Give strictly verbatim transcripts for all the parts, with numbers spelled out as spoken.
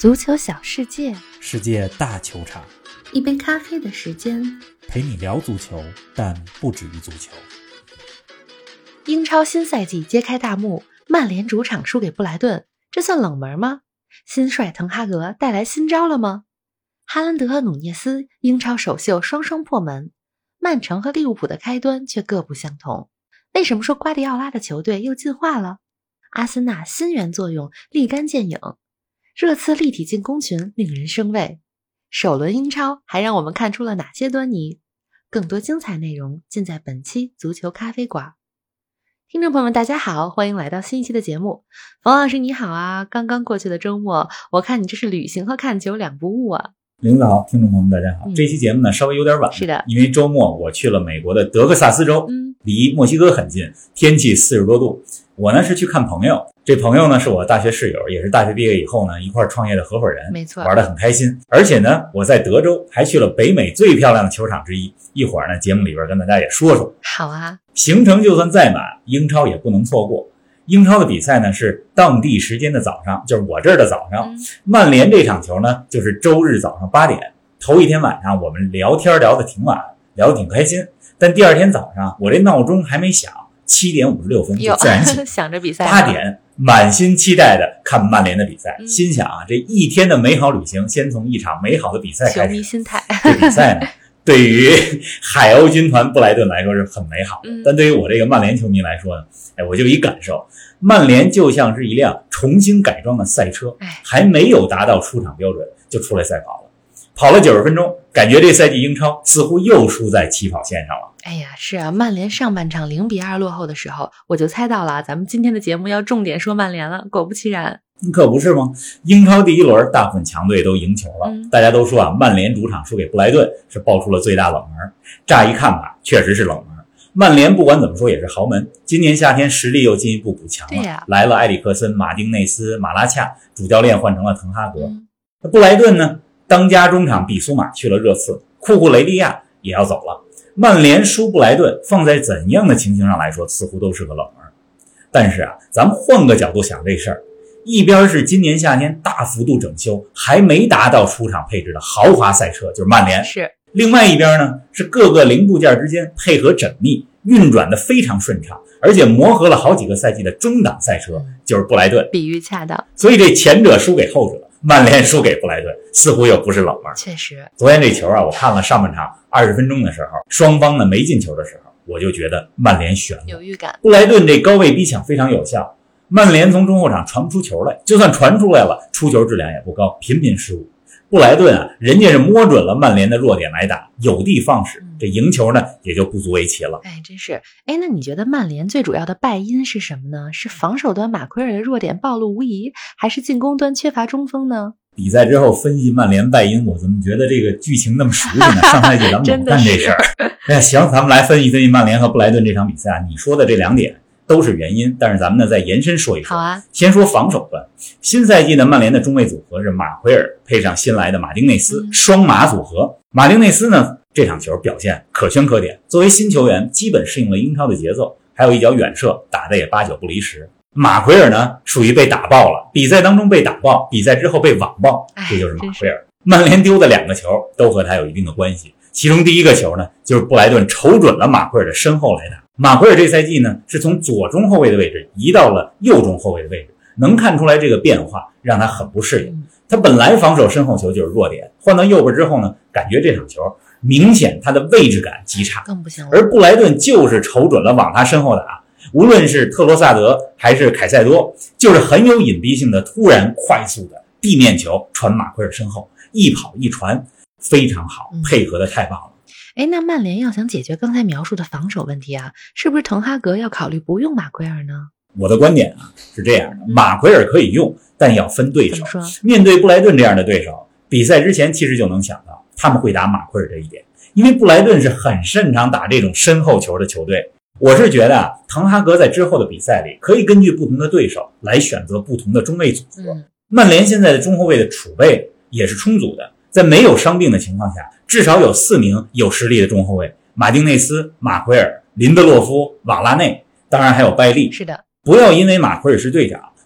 足球小世界， 世界大球场， 一杯咖啡的时间， 陪你聊足球，但不止于足球。 英超新赛季揭开大幕，曼联主场输给布莱顿，这算冷门吗？新帅滕哈格带来新招了吗？哈兰德和努涅斯英超首秀双双破门，曼城和利物浦的开端却各不相同。为什么说瓜迪奥拉的球队又进化了？阿森纳新援作用立竿见影，热刺立体进攻群令人生畏。首轮英超还让我们看出了哪些端倪？更多精彩内容尽在本期足球咖啡馆。听众朋友们大家好，欢迎来到新一期的节目。冯老师你好啊，刚刚过去的周末，我看你这是旅行和看球两不误啊。 林子好，听众朋友们大家好、嗯、这期节目呢稍微有点晚， 是的， 因为周末我去了美国的德克萨斯州，嗯，离墨西哥很近，天气四十多度。我呢是去看朋友，这朋友呢是我大学室友，也是大学毕业以后呢一块创业的合伙人， 没错， 玩得很开心。而且呢我在德州还去了北美最漂亮的球场之一，一会儿呢节目里边跟大家也说说。 好啊， 行程就算再满，英超也不能错过。英超的比赛呢是当地时间的早上，就是我这儿的早上、嗯、曼联这场球呢就是周日早上八点。头一天晚上我们聊天聊得挺晚，聊得挺开心，但第二天早上我这闹钟还没响，七点五十六分就自然醒， 想着比赛， 八点满心期待的看曼联的比赛、嗯、心想啊，这一天的美好旅行先从一场美好的比赛开始。 球迷心态， 这比赛呢对于海鸥军团布莱顿来说是很美好的、嗯、但对于我这个曼联球迷来说呢，哎，我就一感受，曼联就像是一辆重新改装的赛车，还没有达到出场标准就出来赛跑了，跑了九十分钟，感觉这赛季英超似乎又输在起跑线上了。 哎呀，是啊，曼联上半场零比二落后的时候，我就猜到了咱们今天的节目要重点说曼联了，果不其然。 可不是吗？英超第一轮大部分强队都赢球了、嗯、大家都说啊，曼联主场输给布莱顿是爆出了最大冷门。乍一看吧，确实是冷门。曼联不管怎么说也是豪门，今年夏天实力又进一步补强了，对呀，来了埃里克森、马丁内斯、马拉恰，主教练换成了滕哈格、嗯、布莱顿呢，当家中场比苏马去了热刺，库库雷利亚也要走了。曼联输布莱顿放在怎样的情形上来说似乎都是个冷门。但是啊，咱们换个角度想这事儿，一边是今年夏天大幅度整修还没达到出场配置的豪华赛车，就是曼联， 是另外一边呢是各个零部件之间配合缜密，运转的非常顺畅，而且磨合了好几个赛季的中档赛车、嗯、就是布莱顿。 比喻恰当。 所以这前者输给后者，曼联输给布莱顿，似乎又不是冷门。 确实， 昨天这球啊，我看了上半场二十分钟的时候，双方呢没进球的时候，我就觉得曼联悬了， 有预感。 布莱顿这高位逼抢非常有效，曼联从中后场传不出球来，就算传出来了，出球质量也不高，频频失误。布莱顿啊，人家是摸准了曼联的弱点来打，有的放矢，这赢球呢也就不足为奇了。 哎，真是。哎，那你觉得曼联最主要的败因是什么呢？是防守端马奎尔的弱点暴露无遗，还是进攻端缺乏中锋呢？ 比赛之后分析曼联败因，我怎么觉得这个剧情那么熟悉呢？上赛季咱们总干这事儿。哎，行，咱们来分析分析曼联和布莱顿这场比赛啊。你说的这两点都是原因，但是咱们呢再延伸说一说。 好啊。 先说防守端，新赛季的曼联的中卫组合是马奎尔配上新来的马丁内斯、嗯、双马组合。马丁内斯呢这场球表现可圈可点，作为新球员基本适应了英超的节奏，还有一脚远射打得也八九不离十。马奎尔呢属于被打爆了，比赛当中被打爆，比赛之后被网爆，这就是马奎尔。曼联丢的两个球都和他有一定的关系，其中第一个球呢就是布莱顿瞅准了马奎尔的身后来打。马奎尔这赛季呢是从左中后卫的位置移到了右中后卫的位置，能看出来这个变化让他很不适应。他本来防守身后球就是弱点，换到右边之后呢，感觉这场球明显他的位置感极差， 更不行了。 而布莱顿就是瞅准了往他身后打，无论是特罗萨德还是凯塞多，就是很有隐蔽性的突然快速的地面球传马奎尔身后，一跑一传非常好，配合的太棒了。 哎，那曼联要想解决刚才描述的防守问题啊，是不是滕哈格要考虑不用马奎尔呢？ 我的观点啊是这样的，马奎尔可以用，但要分对手。 说面对布莱顿这样的对手，比赛之前其实就能想到他们会打马奎尔这一点，因为布莱顿是很擅长打这种身后球的球队。我是觉得啊，滕哈格在之后的比赛里可以根据不同的对手来选择不同的中卫组合。嗯、曼联现在的中后卫的储备也是充足的，在没有伤病的情况下，至少有四名有实力的中后卫，马丁内斯、马奎尔、林德洛夫、瓦拉内，当然还有拜利。 是的， 不要因为马奎尔是队长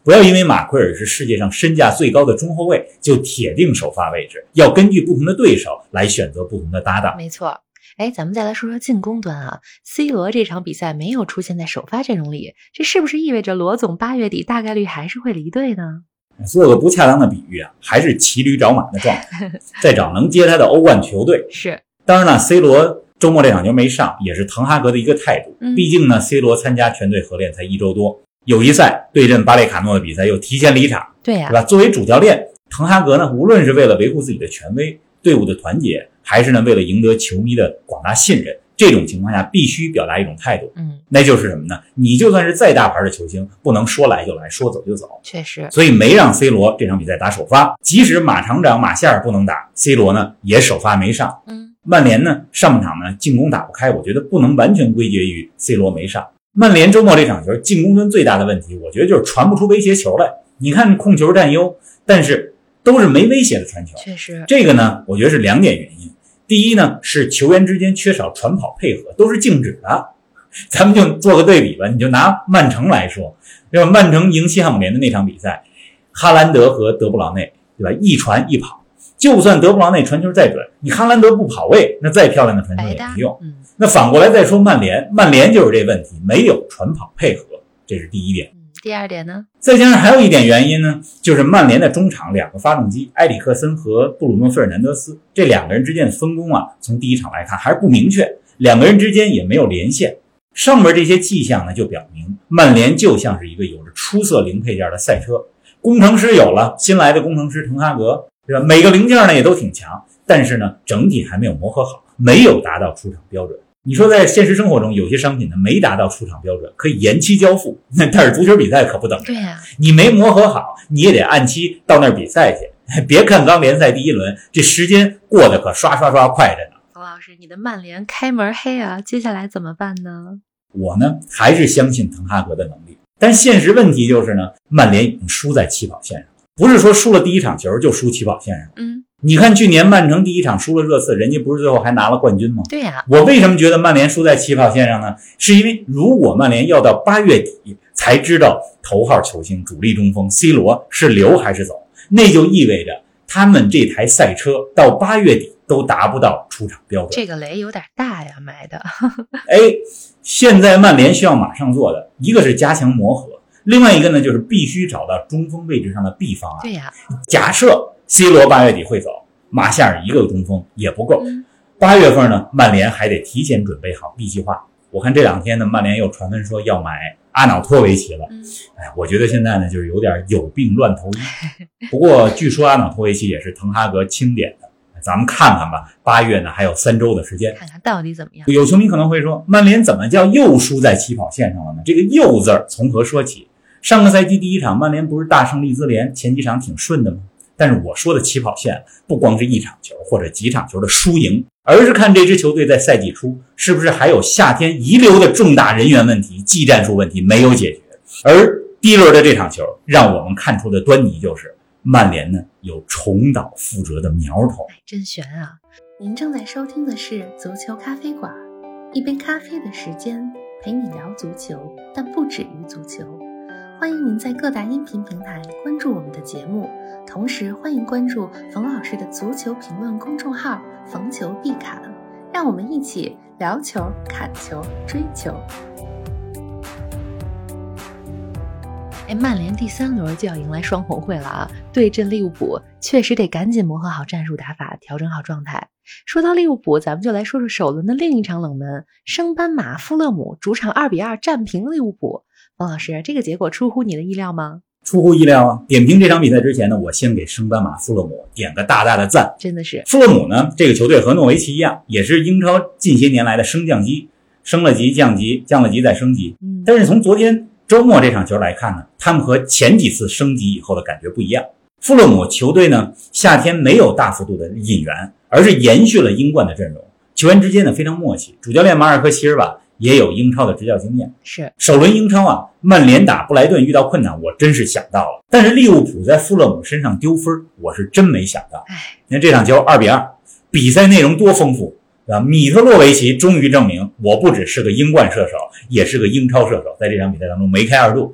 不要因为马奎尔是世界上身价最高的中后卫就铁定首发位置，要根据不同的对手来选择不同的搭档。 没错。哎，咱们再来说说进攻端啊 ，C 罗这场比赛没有出现在首发阵容里，这是不是意味着罗总八月底大概率还是会离队呢？ 做个不恰当的比喻啊，还是骑驴找马的状态，再找能接他的欧冠球队。 是， 当然了 ，C 罗周末这场球没上，也是滕哈格的一个态度。 嗯、 毕竟呢 ，C 罗参加全队合练才一周多，友谊赛对阵巴列卡诺的比赛又提前离场， 对呀、啊， 对吧？作为主教练，滕哈格呢，无论是为了维护自己的权威、队伍的团结，还是呢为了赢得球迷的广大信任，这种情况下必须表达一种态度， 嗯， 那就是什么呢？你就算是再大牌的球星，不能说来就来，说走就走。 确实， 所以没让 C 罗这场比赛打首发，即使马厂长马夏尔不能打 ，C 罗呢也首发没上。 嗯， 曼联呢上半场呢进攻打不开，我觉得不能完全归结于 C 罗没上。曼联周末这场球进攻端最大的问题，我觉得就是传不出威胁球来。你看控球占优，但是都是没威胁的传球。 确实， 这个呢，我觉得是两点原因。第一呢，是球员之间缺少传跑配合，都是静止的。咱们就做个对比吧，你就拿曼城来说，对吧？曼城赢西汉姆联的那场比赛，哈兰德和德布劳内，对吧？一传一跑，就算德布劳内传球再准，你哈兰德不跑位，那再漂亮的传球也没用。 嗯， 那反过来再说曼联，曼联就是这问题，没有传跑配合，这是第一点。 第二点呢， 再加上还有一点原因呢，就是曼联的中场两个发动机埃里克森和布鲁诺费尔南德斯这两个人之间的分工啊，从第一场来看还是不明确，两个人之间也没有连线。上面这些迹象呢，就表明曼联就像是一个有着出色零配件的赛车，工程师有了，新来的工程师滕哈格，对吧？每个零件呢也都挺强，但是呢整体还没有磨合好，没有达到出厂标准。你说在现实生活中，有些商品呢没达到出厂标准，可以延期交付，但是足球比赛可不等着。 对呀、啊， 你没磨合好，你也得按期到那儿比赛去。别看刚联赛第一轮，这时间过得可刷刷刷快着呢。 冯老师，你的曼联开门黑啊，接下来怎么办呢？ 我呢还是相信滕哈格的能力，但现实问题就是呢，曼联已经输在起跑线上，不是说输了第一场球就输起跑线上。 嗯。 你看去年曼城第一场输了热刺，人家不是最后还拿了冠军吗？ 对呀、啊， 我为什么觉得曼联输在起跑线上呢？是因为如果曼联要到八月底才知道头号球星主力中锋 C 罗是留还是走，那就意味着他们这台赛车到八月底都达不到出厂标准。 这个雷有点大呀，埋的。 哎，现在曼联需要马上做的，一个是加强磨合，另外一个呢就是必须找到中锋位置上的 B 方案。 对呀、 啊，假设 C 罗八月底会走，马夏尔一个中锋也不够。 嗯、 八月份呢，曼联还得提前准备好 B 计划。我看这两天呢，曼联又传闻说要买阿瑙托维奇了。 嗯、 哎，我觉得现在呢就是有点有病乱投医。不过据说阿瑙托维奇也是滕哈格钦点的，咱们看看吧。八月呢还有三周的时间， 看看到底怎么样。 有球迷可能会说，曼联怎么叫又输在起跑线上了呢？这个又字从何说起？上个赛季第一场曼联不是大胜利兹联，前几场挺顺的吗？但是我说的起跑线不光是一场球或者几场球的输赢，而是看这支球队在赛季初是不是还有夏天遗留的重大人员问题、技战术问题没有解决。而第一轮的这场球让我们看出的端倪就是曼联呢有重蹈覆辙的苗头。 真悬啊！您正在收听的是足球咖啡馆，一杯咖啡的时间陪你聊足球，但不止于足球。欢迎您在各大音频平台关注我们的节目，同时欢迎关注冯老师的足球评论公众号冯球必侃，让我们一起聊球、砍球、追球。哎，曼联第三轮就要迎来双红会了啊！对阵利物浦，确实得赶紧磨合好战术打法，调整好状态。说到利物浦，咱们就来说说首轮的另一场冷门，升班马富勒姆主场二比二战平利物浦。冯老师，这个结果出乎你的意料吗？ 出乎意料啊！点评这场比赛之前呢，我先给升班马富勒姆点个大大的赞。 真的是富勒姆呢，这个球队和诺维奇一样，也是英超近些年来的升降机，升了级降级，降了级再升级。 嗯， 但是从昨天周末这场球来看呢，他们和前几次升级以后的感觉不一样。富勒姆球队呢，夏天没有大幅度的引援，而是延续了英冠的阵容，球员之间呢非常默契。主教练马尔科席尔瓦也有英超的执教经验。 是首轮英超啊，曼联打布莱顿遇到困难，我真是想到了。但是利物浦在富勒姆身上丢分，我是真没想到。 哎， 你看这场球二比二，比赛内容多丰富啊！米特洛维奇终于证明，我不只是个英冠射手，也是个英超射手，在这场比赛当中梅开二度。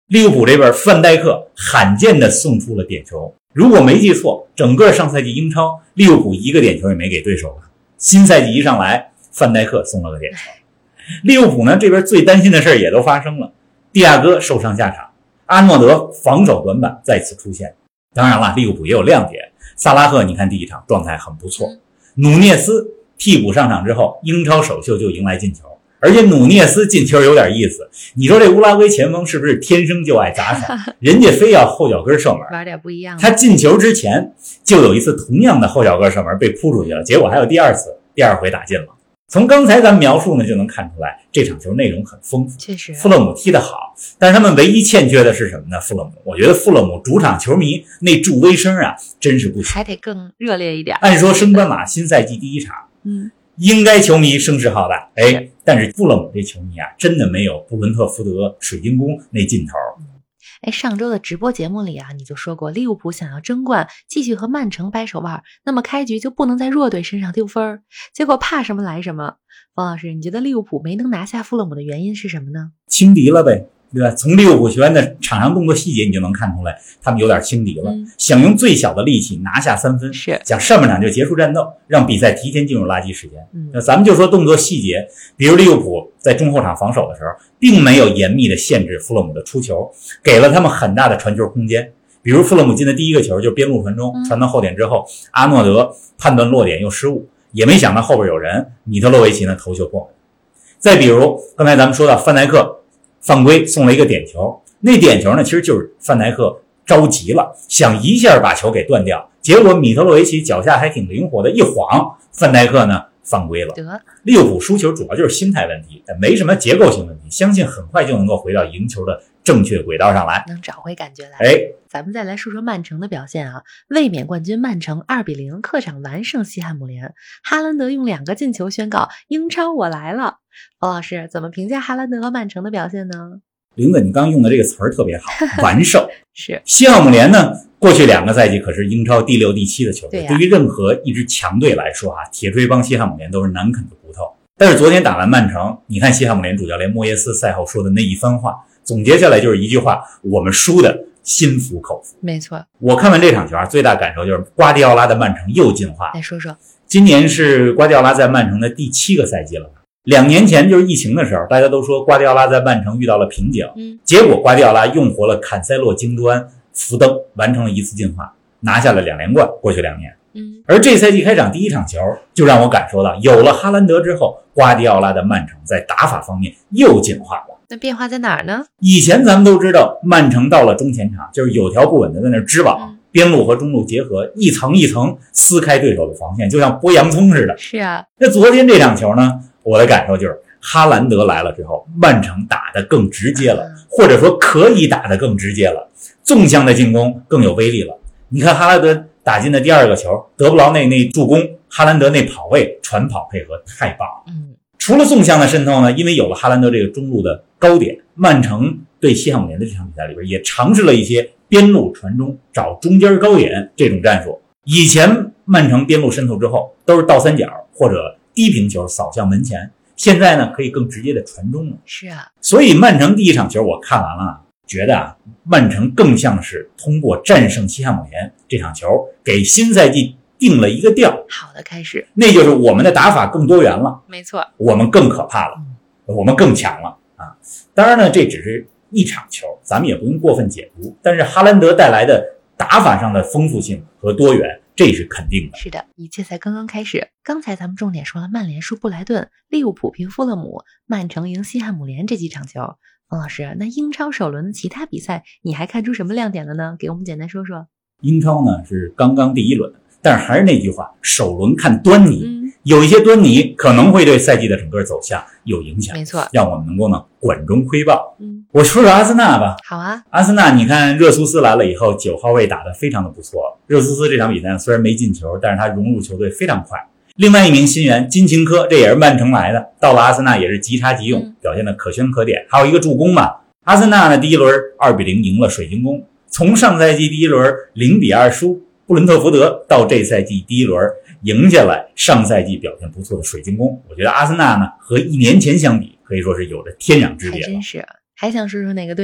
利物浦这边范戴克罕见的送出了点球，如果没记错，整个上赛季英超利物浦一个点球也没给对手了。新赛季一上来，范戴克送了个点球。利物浦呢这边最担心的事也都发生了，蒂亚戈受伤下场，阿诺德防守短板再次出现。当然了，利物浦也有亮点，萨拉赫你看第一场状态很不错，努涅斯替补上场之后，英超首秀就迎来进球。而且努涅斯进球有点意思，你说这乌拉圭前锋是不是天生就爱砸场？人家非要后脚跟射门， 玩点不一样。 他进球之前就有一次同样的后脚跟射门被扑出去了，结果还有第二次，第二回打进了。从刚才咱们描述呢就能看出来，这场球内容很丰富。 确实， 富勒姆踢得好，但是他们唯一欠缺的是什么呢？富勒姆，我觉得富勒姆主场球迷那助威声啊，真是不行， 还得更热烈一点。 按说升班马新赛季第一场， 嗯。 应该球迷声势浩大，哎，但是富勒姆这球迷啊，真的没有布伦特福德水晶宫那劲头。 哎，上周的直播节目里啊，你就说过利物浦想要争冠，继续和曼城掰手腕，那么开局就不能在弱队身上丢分，结果怕什么来什么。方老师，你觉得利物浦没能拿下富勒姆的原因是什么呢？ 轻敌了呗，对吧？从利物浦球员的场上动作细节你就能看出来，他们有点轻敌了，嗯、想用最小的力气拿下三分， 是想上半场就结束战斗，让比赛提前进入垃圾时间。 嗯， 那咱们就说动作细节，比如利物浦在中后场防守的时候，并没有严密的限制富勒姆的出球，给了他们很大的传球空间。比如富勒姆进的第一个球就是边路传中， 嗯、 传到后点之后，阿诺德判断落点又失误，也没想到后边有人，米特洛维奇呢头球破门。再比如刚才咱们说到范戴克犯规送了一个点球，那点球呢其实就是范戴克着急了，想一下把球给断掉，结果米特洛维奇脚下还挺灵活的，一晃范戴克呢犯规了。利物浦输球主要就是心态问题，没什么结构性问题，相信很快就能够回到赢球的正确轨道上来， 能找回感觉来。 哎， 咱们再来说说曼城的表现啊，卫冕冠军曼城二比零客场完胜西汉姆联，哈兰德用两个进球宣告英超我来了。王老师怎么评价哈兰德和曼城的表现呢？ 林子，你刚用的这个词儿特别好，完胜。 是西汉姆联呢，过去两个赛季可是英超第六、第七的球队， 对、啊、 对于任何一支强队来说啊，铁锤帮西汉姆联都是难啃的骨头。但是昨天打完曼城，你看西汉姆联主教练莫耶斯赛后说的那一番话，总结下来就是一句话：我们输的心服口服。 没错， 我看完这场球啊，最大感受就是瓜迪奥拉的曼城又进化了。 来说说， 今年是瓜迪奥拉在曼城的第七个赛季了。两年前就是疫情的时候，大家都说瓜迪奥拉在曼城遇到了瓶颈， 嗯， 结果瓜迪奥拉用活了坎塞洛金端福登，完成了一次进化，拿下了两连冠。过去两年， 嗯， 而这赛季开场第一场球就让我感受到，有了哈兰德之后，瓜迪奥拉的曼城在打法方面又进化了。 那变化在哪儿呢？ 以前咱们都知道，曼城到了中前场就是有条不紊的在那织网。嗯，边路和中路结合，一层一层撕开对手的防线，就像剥洋葱似的。 是啊， 那昨天这场球呢，我的感受就是哈兰德来了之后，曼城打得更直接了，或者说可以打得更直接了，纵向的进攻更有威力了。你看哈兰德打进的第二个球，德布劳内那助攻，哈兰德那跑位传跑配合太棒了。 嗯， 除了纵向的渗透呢，因为有了哈兰德这个中路的高点，曼城对西汉姆联的这场比赛里边也尝试了一些边路传中找中间高点这种战术。以前曼城边路渗透之后都是倒三角或者低平球扫向门前，现在呢可以更直接的传中了。 是啊， 所以曼城第一场球我看完了，觉得啊曼城更像是通过战胜西汉姆联这场球给新赛季定了一个调， 好的开始， 那就是我们的打法更多元了， 没错， 我们更可怕了，我们更强了啊！当然呢，这只是一场球，咱们也不用过分解读。但是哈兰德带来的打法上的丰富性和多元，这是肯定的。 是的，一切才刚刚开始。刚才咱们重点说了曼联输布莱顿，利物浦平富勒姆，曼城赢西汉姆联这几场球。冯老师，那英超首轮的其他比赛，你还看出什么亮点了呢？给我们简单说说。 英超呢是刚刚第一轮，但是还是那句话，首轮看端倪。 嗯， 有一些端倪可能会对赛季的整个走向有影响， 没错， 让我们能够呢管中窥豹。 嗯， 我说说阿森纳吧。 好啊， 阿森纳，你看热苏斯来了以后，九号位打得非常的不错。热苏斯这场比赛虽然没进球，但是他融入球队非常快。另外一名新援金琴科，这也是曼城来的，到了阿森纳也是即插即用， 嗯、 表现的可圈可点，还有一个助攻嘛。阿森纳呢，第一轮二比零赢了水晶宫，从上赛季第一轮零比二输布伦特福德，到这赛季第一轮赢下来上赛季表现不错的水晶宫，我觉得阿森纳呢和一年前相比，可以说是有着天壤之别了。 还真是。还想说说哪个队呢？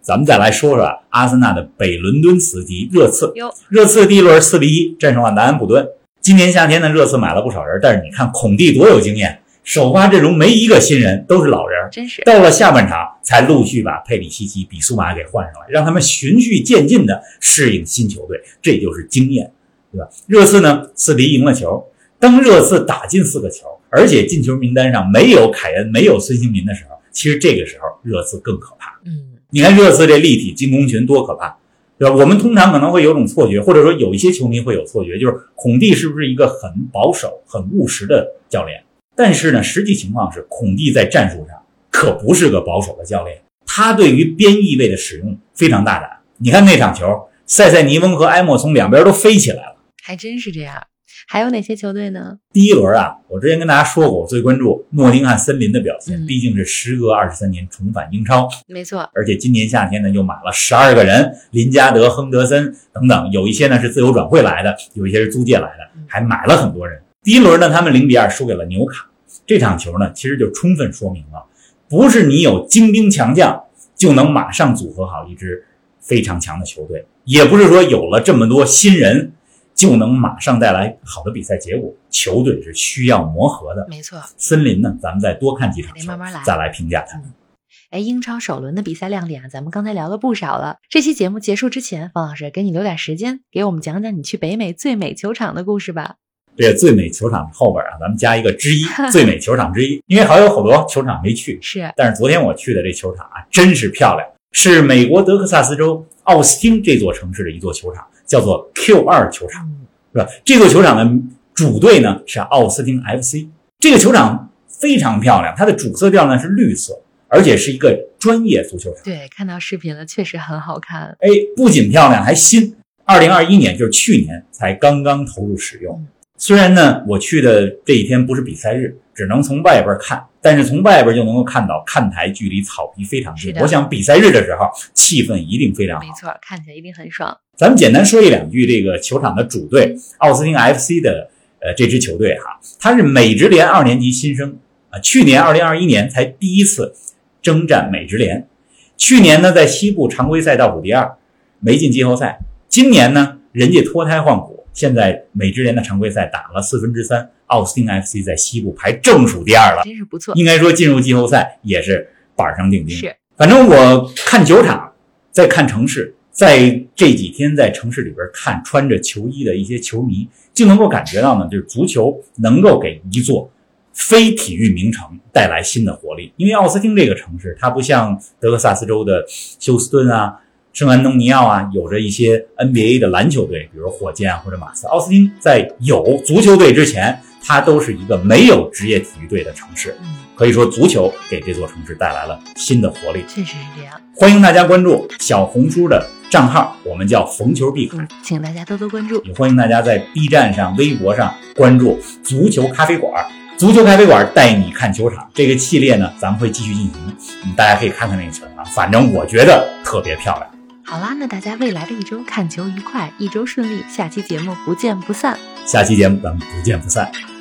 咱们再来说说阿森纳的北伦敦死敌热刺。 哟， 热刺第一轮四比一战胜了南安普顿。今年夏天呢，热刺买了不少人，但是你看孔蒂多有经验，首发阵容没一个新人，都是老人， 真是。 到了下半场才陆续把佩里西奇、比苏马给换上来，让他们循序渐进的适应新球队，这就是经验，对吧？热刺呢四比一赢了球。当热刺打进四个球，而且进球名单上没有凯恩、没有孙兴民的时候，其实这个时候热刺更可怕。 嗯， 你看热刺这立体进攻群多可怕，对吧？我们通常可能会有种错觉，或者说有一些球迷会有错觉，就是孔蒂是不是一个很保守、很务实的教练？但是呢，实际情况是孔蒂在战术上可不是个保守的教练，他对于边翼位的使用非常大胆。你看那场球，塞塞尼翁和埃莫从两边都飞起来了， 还真是这样。还有哪些球队呢？ 第一轮啊，我之前跟大家说过，我最关注诺丁汉森林的表现， 嗯、 毕竟是时隔二十三年重返英超， 没错。 而且今年夏天呢又买了十二个人，林加德、亨德森等等，有一些呢是自由转会来的，有一些是租借来的，还买了很多人。第一轮呢，他们零比二输给了纽卡。这场球呢，其实就充分说明了，不是你有精兵强将就能马上组合好一支非常强的球队，也不是说有了这么多新人就能马上带来好的比赛结果，球队是需要磨合的。 没错。 森林呢，咱们再多看几场球， 慢慢来， 再来评价它。 嗯哎，英超首轮的比赛亮点啊，咱们刚才聊了不少了。这期节目结束之前，方老师给你留点时间，给我们讲讲你去北美最美球场的故事吧。 这个最美球场后边啊，咱们加一个之一，最美球场之一，因为还有好多球场没去。 是， 但是昨天我去的这球场啊，真是漂亮，是美国德克萨斯州奥斯汀这座城市的一座球场，叫做 Q 二 球场，是吧？这座球场的主队呢是奥斯汀 F C。这个球场非常漂亮，它的主色调呢是绿色，而且是一个专业足球场。 对，看到视频了，确实很好看。 哎，不仅漂亮，还新。二零二一年，就是去年才刚刚投入使用。 嗯虽然呢，我去的这一天不是比赛日，只能从外边看，但是从外边就能够看到看台距离草皮非常近。我想比赛日的时候，气氛一定非常好。 没错，看起来一定很爽。 咱们简单说一两句这个球场的主队奥斯汀 F C 的呃这支球队哈，它是美职联二年级新生啊，去年二零二一年才第一次征战美职联，去年呢在西部常规赛倒数第二，没进季后赛。今年呢，人家脱胎换骨。现在美职联的常规赛打了四分之三，奥斯汀 F C 在西部排正数第二了， 真是不错。 应该说进入季后赛也是板上钉钉。 是， 反正我看球场，在看城市，在这几天在城市里边看穿着球衣的一些球迷，就能够感觉到呢，就是足球能够给一座非体育名城带来新的活力。因为奥斯汀这个城市，它不像德克萨斯州的休斯顿啊、圣安东尼奥啊，有着一些 N B A 的篮球队，比如火箭啊或者马刺。奥斯汀在有足球队之前，它都是一个没有职业体育队的城市。可以说足球给这座城市带来了新的活力。 确实是这样。欢迎大家关注小红书的账号，我们叫逢球必看、嗯、 请大家多多关注。 也欢迎大家在 B 站上、微博上关注足球咖啡馆。足球咖啡馆带你看球场这个系列呢，咱们会继续进行、嗯、大家可以看看那个球场，反正我觉得特别漂亮。 好啦，那大家未来的一周看球愉快，一周顺利，下期节目不见不散。 下期节目咱们不见不散。